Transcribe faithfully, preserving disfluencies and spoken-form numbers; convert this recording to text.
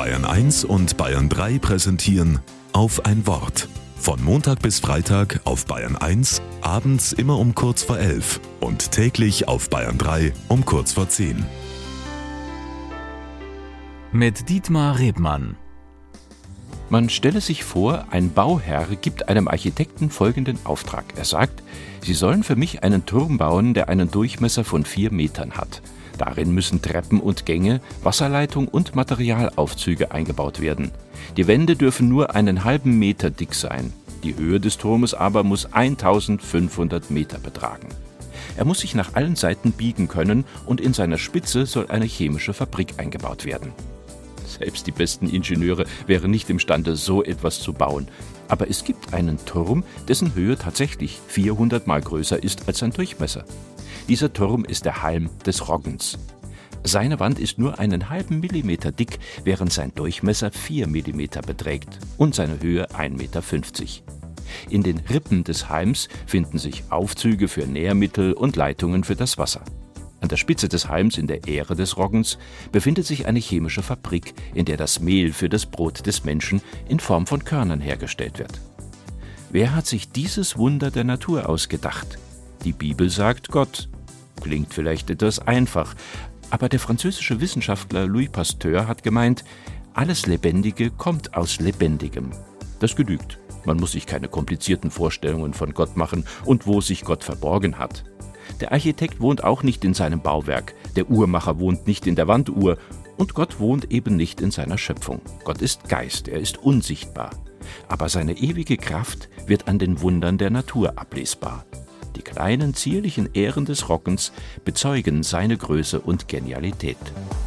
Bayern eins und Bayern drei präsentieren Auf ein Wort. Von Montag bis Freitag auf Bayern eins, abends immer um kurz vor elf und täglich auf Bayern drei um kurz vor zehn. Mit Dietmar Rebmann. Man stelle sich vor, ein Bauherr gibt einem Architekten folgenden Auftrag. Er sagt, Sie sollen für mich einen Turm bauen, der einen Durchmesser von vier Metern hat. Darin müssen Treppen und Gänge, Wasserleitung und Materialaufzüge eingebaut werden. Die Wände dürfen nur einen halben Meter dick sein. Die Höhe des Turmes aber muss eintausendfünfhundert Meter betragen. Er muss sich nach allen Seiten biegen können und in seiner Spitze soll eine chemische Fabrik eingebaut werden. Selbst die besten Ingenieure wären nicht imstande, so etwas zu bauen. Aber es gibt einen Turm, dessen Höhe tatsächlich vierhundert Mal größer ist als sein Durchmesser. Dieser Turm ist der Halm des Roggens. Seine Wand ist nur einen halben Millimeter dick, während sein Durchmesser vier Millimeter beträgt und seine Höhe ein Meter fünfzig. In den Rippen des Halms finden sich Aufzüge für Nährmittel und Leitungen für das Wasser. An der Spitze des Halms in der Ähre des Roggens befindet sich eine chemische Fabrik, in der das Mehl für das Brot des Menschen in Form von Körnern hergestellt wird. Wer hat sich dieses Wunder der Natur ausgedacht? Die Bibel sagt Gott. Klingt vielleicht etwas einfach, aber der französische Wissenschaftler Louis Pasteur hat gemeint, alles Lebendige kommt aus Lebendigem. Das genügt. Man muss sich keine komplizierten Vorstellungen von Gott machen und wo sich Gott verborgen hat. Der Architekt wohnt auch nicht in seinem Bauwerk, der Uhrmacher wohnt nicht in der Wanduhr und Gott wohnt eben nicht in seiner Schöpfung. Gott ist Geist, er ist unsichtbar. Aber seine ewige Kraft wird an den Wundern der Natur ablesbar. Die kleinen, zierlichen Ähren des Roggens bezeugen seine Größe und Genialität.